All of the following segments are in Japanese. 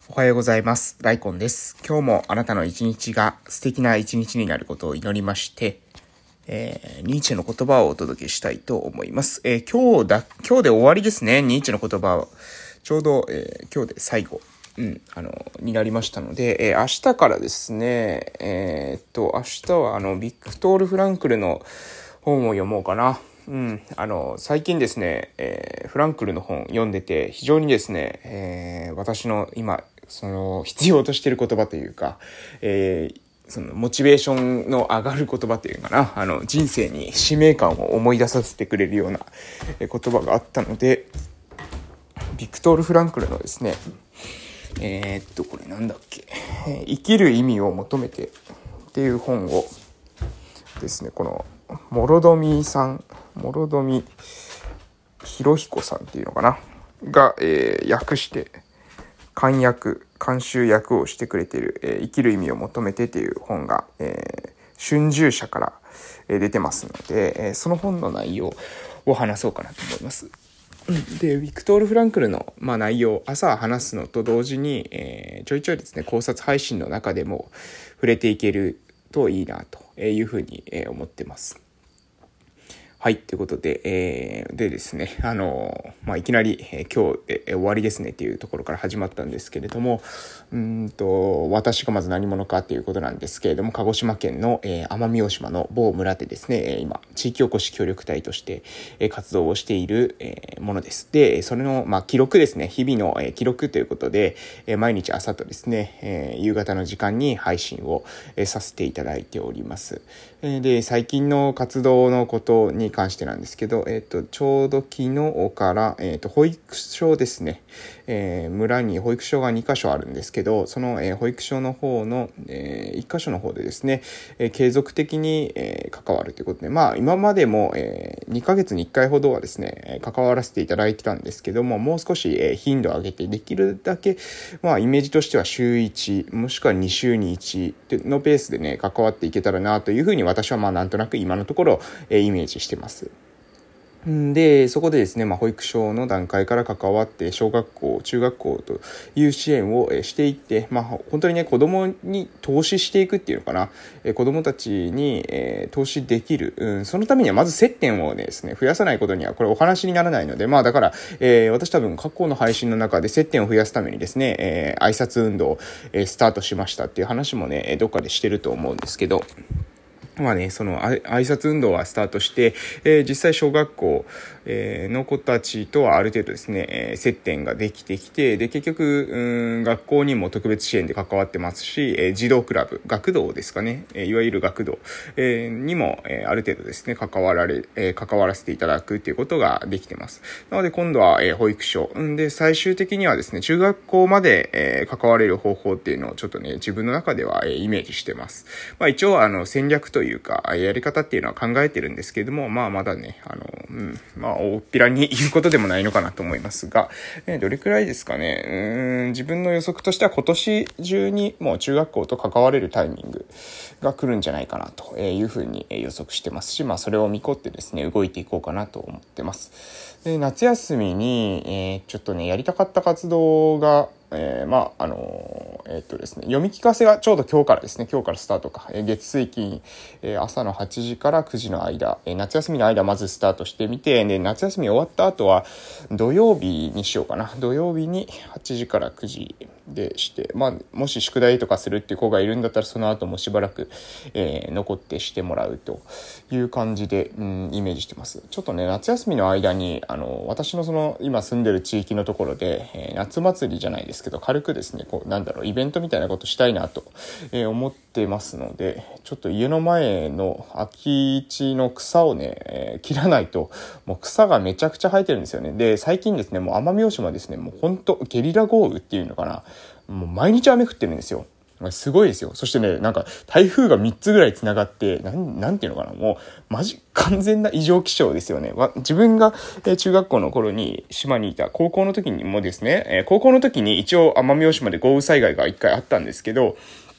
おはようございます。ライコンです。今日もあなたの一日が素敵な一日になることを祈りまして、ニーチェの言葉をお届けしたいと思います。今日で終わりですね。ニーチェの言葉をちょうど、今日で最後、になりましたので、明日からですね、明日はビクトール・フランクルの本を読もうかな。最近ですね、フランクルの本読んでて、非常にですね、私の今、必要としている言葉というか、そのモチベーションの上がる言葉というかな、人生に使命感を思い出させてくれるような言葉があったので、ビクトール・フランクルのですね、これなんだっけ、生きる意味を求めてっていう本をですね、この諸富博彦さんっていうのかなが、訳して監修訳をしてくれている、生きる意味を求めてっていう本が、春秋社から、出てますので、その本の内容を話そうかなと思います。で、ビクトール・フランクルの、内容を朝話すのと同時に、ちょいちょいですね、考察配信の中でも触れていけるといいなというふうに思ってます。はい、ということで、でですね、いきなり、今日で終わりですねっていうところから始まったんですけれども、私がまず何者かっていうことなんですけれども、鹿児島県の、奄美大島の某村でですね、今、地域おこし協力隊として、活動をしている、ものです。で、それの、記録ですね、日々の、記録ということで、毎日朝とですね、夕方の時間に配信を、させていただいております。で、最近の活動のことに関してなんですけど、ちょうど昨日から、保育所ですね、村に保育所が2カ所あるんですけど、その、保育所の方の、1カ所の方でですね、継続的に、関わるということで、今までも、2ヶ月に1回ほどはですね、関わらせていただいてたんですけども、もう少し、頻度を上げてできるだけ、イメージとしては週1、もしくは2週に1のペースでね、関わっていけたらなというふうに私はなんとなく今のところ、イメージしてます。で、そこでですね、保育所の段階から関わって、小学校、中学校という支援をしていって、本当にね、子供に投資していくっていうのかな、子供たちに、投資できる、そのためにはまず接点をですね、増やさないことには、これお話にならないので、だから、私多分過去の配信の中で接点を増やすためにですね、挨拶運動を、スタートしましたっていう話もね、どっかでしてると思うんですけど、その挨拶運動はスタートして、実際小学校、の子たちとはある程度ですね、接点ができてきて、で、結局、学校にも特別支援で関わってますし、児童クラブ、学童ですかね、いわゆる学童、にも、ある程度ですね、関わらせていただくっていうことができてます。なので今度は、保育所、で、最終的にはですね、中学校まで、関われる方法っていうのをちょっとね、自分の中では、イメージしてます。一応、戦略というか、やり方っていうのは考えてるんですけれども、まだね、大っぴらに言うことでもないのかなと思いますが、どれくらいですかね。自分の予測としては今年中にもう中学校と関われるタイミングが来るんじゃないかなというふうに予測してますし、それを見込ってですね、動いていこうかなと思ってます。で、夏休みに、ちょっとね、やりたかった活動が、ですね、読み聞かせがちょうど今日からですね、今日からスタートか、月水金、朝の8時から9時の間、夏休みの間まずスタートしてみて、で、夏休み終わった後は土曜日にしようかな。土曜日に8時から9時でして、もし宿題とかするっていう子がいるんだったら、その後もしばらく、残ってしてもらうという感じで、イメージしてます。ちょっとね、夏休みの間に、私のその、今住んでる地域のところで、夏祭りじゃないですけど、軽くですね、イベントみたいなことしたいなと、思ってますので、ちょっと家の前の空き地の草をね、切らないと、もう草がめちゃくちゃ生えてるんですよね。で、最近ですね、もう奄美大島ですね、もうほんとゲリラ豪雨っていうのかな、もう毎日雨降ってるんですよ。すごいですよ。そしてね、台風が3つぐらい繋がって、なんていうのかな、もう、完全な異常気象ですよね。自分が、中学校の頃に島にいた高校の時にもですね、高校の時に一応奄美大島で豪雨災害が1回あったんですけど、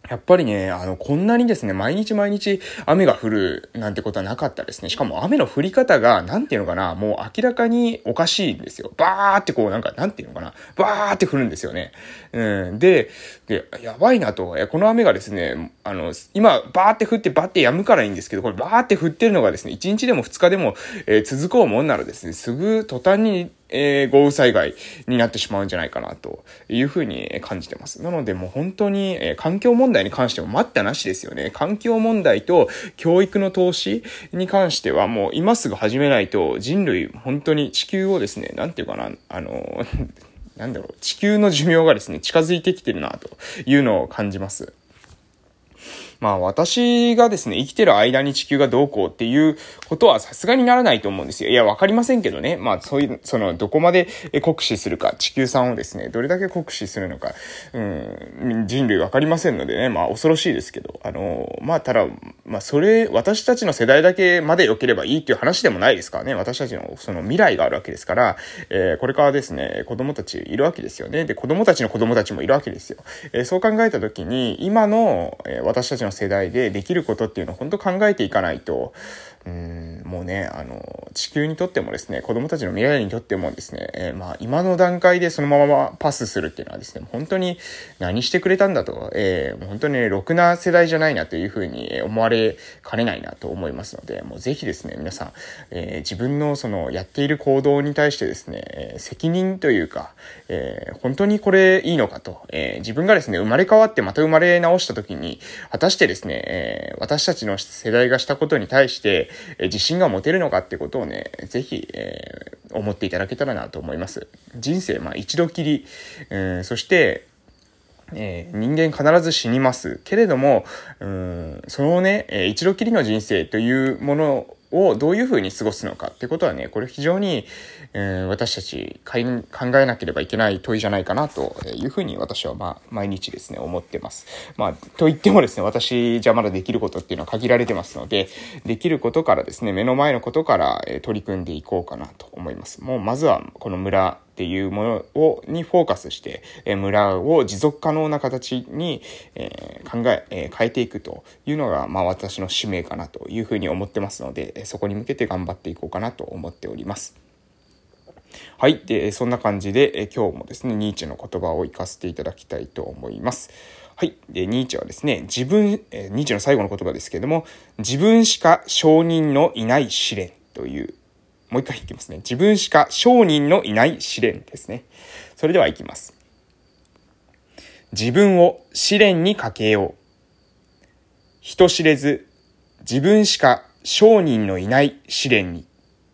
やっぱりね、こんなにですね、毎日毎日雨が降るなんてことはなかったですね。しかも雨の降り方が、なんていうのかな、もう明らかにおかしいんですよ。バーってこう、なんていうのかな、バーって降るんですよね。で、やばいなと、この雨がですね、今、バーって降ってバーって止むからいいんですけど、これバーって降ってるのがですね、1日でも2日でも、続こうもんならですね、すぐ途端に豪雨災害になってしまうんじゃないかなというふうに感じてます。なのでもう本当に環境問題に関しても待ったなしですよね。環境問題と教育の投資に関してはもう今すぐ始めないと人類本当に地球をですね、なんていうかな、地球の寿命がですね、近づいてきてるなというのを感じます。まあ私がですね、生きてる間に地球がどうこうっていうことはさすがにならないと思うんですよ。いや、わかりませんけどね。まあそういう、どこまで酷使するか、地球さんをですね、どれだけ酷使するのか、人類わかりませんのでね、まあ恐ろしいですけど、まあただ、まあ私たちの世代だけまで良ければいいっていう話でもないですからね。私たちのその未来があるわけですから、これからですね、子供たちいるわけですよね。で、子供たちの子供たちもいるわけですよ。そう考えたときに、今の、私たちの世代でできることっていうのを本当考えていかないと、もうね、地球にとってもですね、子供たちの未来にとってもですね、まあ今の段階でそのままパスするっていうのはですね、本当に何してくれたんだと、もう本当にね、ろくな世代じゃないなというふうに思われかねないなと思いますので、もうぜひですね、皆さん、自分のそのやっている行動に対してですね、責任というか、本当にこれいいのかと、自分がですね、生まれ変わってまた生まれ直した時に、果たしてですね、私たちの世代がしたことに対して、自信が持てるのかってことをね、ぜひ、思っていただけたらなと思います。人生、まあ一度きり、そして、人間必ず死にますけれども、そのね、一度きりの人生というものをどういうふうに過ごすのかってことはね、これ非常に、私たち考えなければいけない問いじゃないかなというふうに私はまあ毎日ですね思ってます。まあと言ってもですね、私じゃまだできることっていうのは限られてますので、できることからですね、目の前のことから取り組んでいこうかなと思います。もうまずはこの村っていうものにフォーカスして、村を持続可能な形に、変えていくというのが、まあ私の使命かなというふうに思ってますので、そこに向けて頑張っていこうかなと思っております。はい。で、そんな感じで、今日もですね、ニーチェの言葉を活かせていただきたいと思います。はい。で、ニーチェはですね、ニーチェの最後の言葉ですけれども、自分しか証人のいない試練という、もう一回いきますね。自分しか証人のいない試練ですね。それではいきます。自分を試練にかけよう。人知れず、自分しか証人のいない試練に。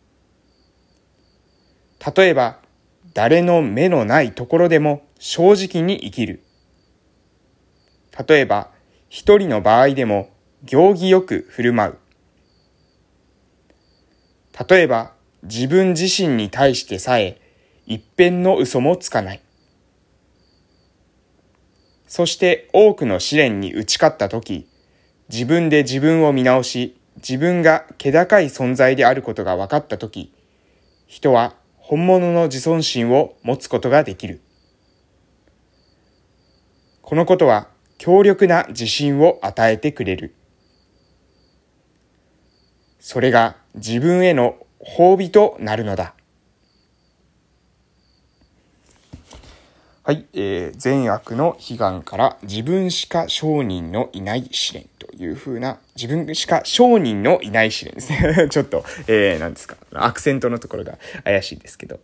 例えば、誰の目のないところでも正直に生きる。例えば、一人の場合でも行儀よく振る舞う。例えば、自分自身に対してさえ一片の嘘もつかない。そして多くの試練に打ち勝ったとき、自分で自分を見直し、自分が気高い存在であることが分かったとき、人は本物の自尊心を持つことができる。このことは強力な自信を与えてくれる。それが自分への褒美となるのだ。はい、善悪の悲願から自分しか証人のいない試練という風な、自分しか証人のいない試練ですね。ちょっと、何ですか、アクセントのところが怪しいですけど、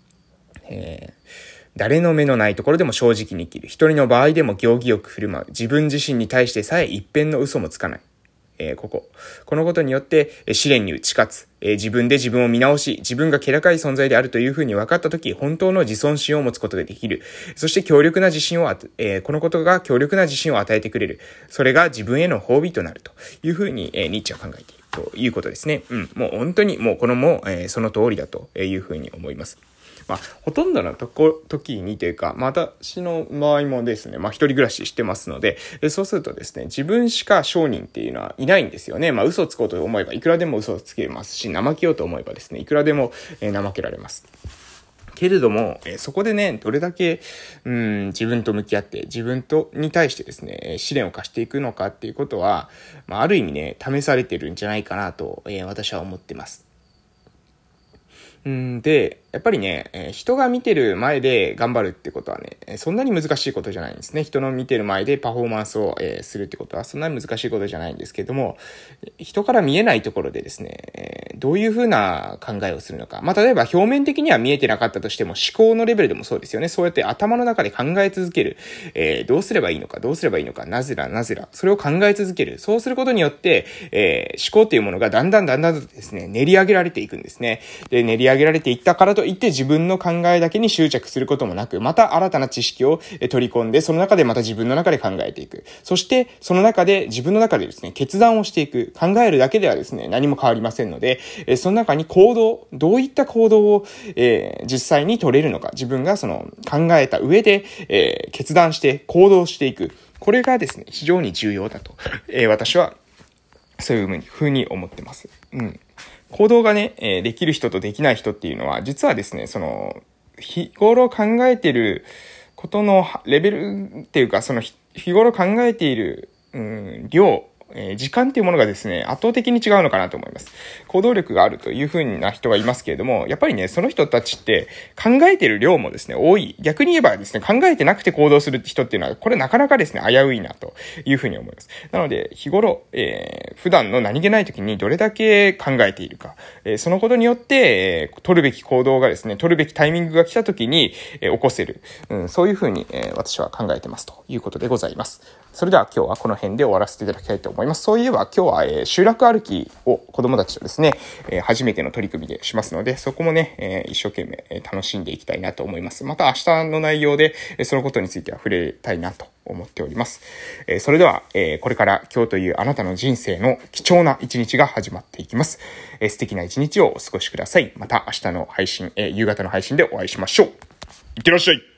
誰の目のないところでも正直に生きる。一人の場合でも行儀よく振る舞う。自分自身に対してさえ一片の嘘もつかない。このことによって試練に打ち勝つ、自分で自分を見直し、自分が気高い存在であるというふうに分かったとき、本当の自尊心を持つことができる。そして強力な自信をこのことが強力な自信を与えてくれる。それが自分への褒美となるというふうに、ニッチは考えているということですね。もう本当にもうこのも、その通りだというふうに思います。まあ、ほとんどの時にというか、まあ、私の場合もですね、まあ、一人暮らししてますので、そうするとですね、自分しか証人っていうのはいないんですよね。まあ、嘘をつこうと思えば、いくらでも嘘をつけますし、怠けようと思えばですね、いくらでも怠けられます。 けれども、そこでね、どれだけ、自分と向き合って、に対してですね、試練を課していくのかっていうことは、ある意味ね、試されてるんじゃないかなと、私は思ってます。で、やっぱりね、人が見てる前で頑張るってことはね、そんなに難しいことじゃないんですね。人の見てる前でパフォーマンスを、するってことはそんなに難しいことじゃないんですけれども、人から見えないところでですね、どういうふうな考えをするのか。例えば表面的には見えてなかったとしても思考のレベルでもそうですよね。そうやって頭の中で考え続ける。どうすればいいのか、なぜだ。それを考え続ける。そうすることによって、思考っていうものがだんだんとですね、練り上げられていくんですね。で、練り上げられていったからといって自分の考えだけに執着することもなく、また新たな知識を取り込んで、その中でまた自分の中で考えていく。そして、その中で自分の中でですね、決断をしていく。考えるだけではですね、何も変わりませんので、その中にどういった行動を、実際に取れるのか、自分がその考えた上で、決断して行動していく。これがですね、非常に重要だと、私はそういうふうに思ってます。行動がね、できる人とできない人っていうのは、実はですね、日頃考えていることのレベルっていうか、日頃考えている、量、時間っていうものがですね、圧倒的に違うのかなと思います。行動力があるというふうな人がいますけれども、やっぱりね、その人たちって考えてる量もですね、多い。逆に言えばですね、考えてなくて行動する人っていうのは、これなかなかですね、危ういなというふうに思います。なので、日頃、普段の何気ない時にどれだけ考えているか、そのことによって、取るべき行動がですね、取るべきタイミングが来た時に、起こせる。そういうふうに、私は考えてますということでございます。それでは今日はこの辺で終わらせていただきたいと思います。そういえば今日は、集落歩きを子供たちとですね、初めての取り組みでしますので、そこもね、一生懸命楽しんでいきたいなと思います。また明日の内容で、そのことについては触れたいなと思っております。それでは、これから今日というあなたの人生の貴重な一日が始まっていきます。素敵な一日をお過ごしください。また明日の配信、夕方の配信でお会いしましょう。いってらっしゃい。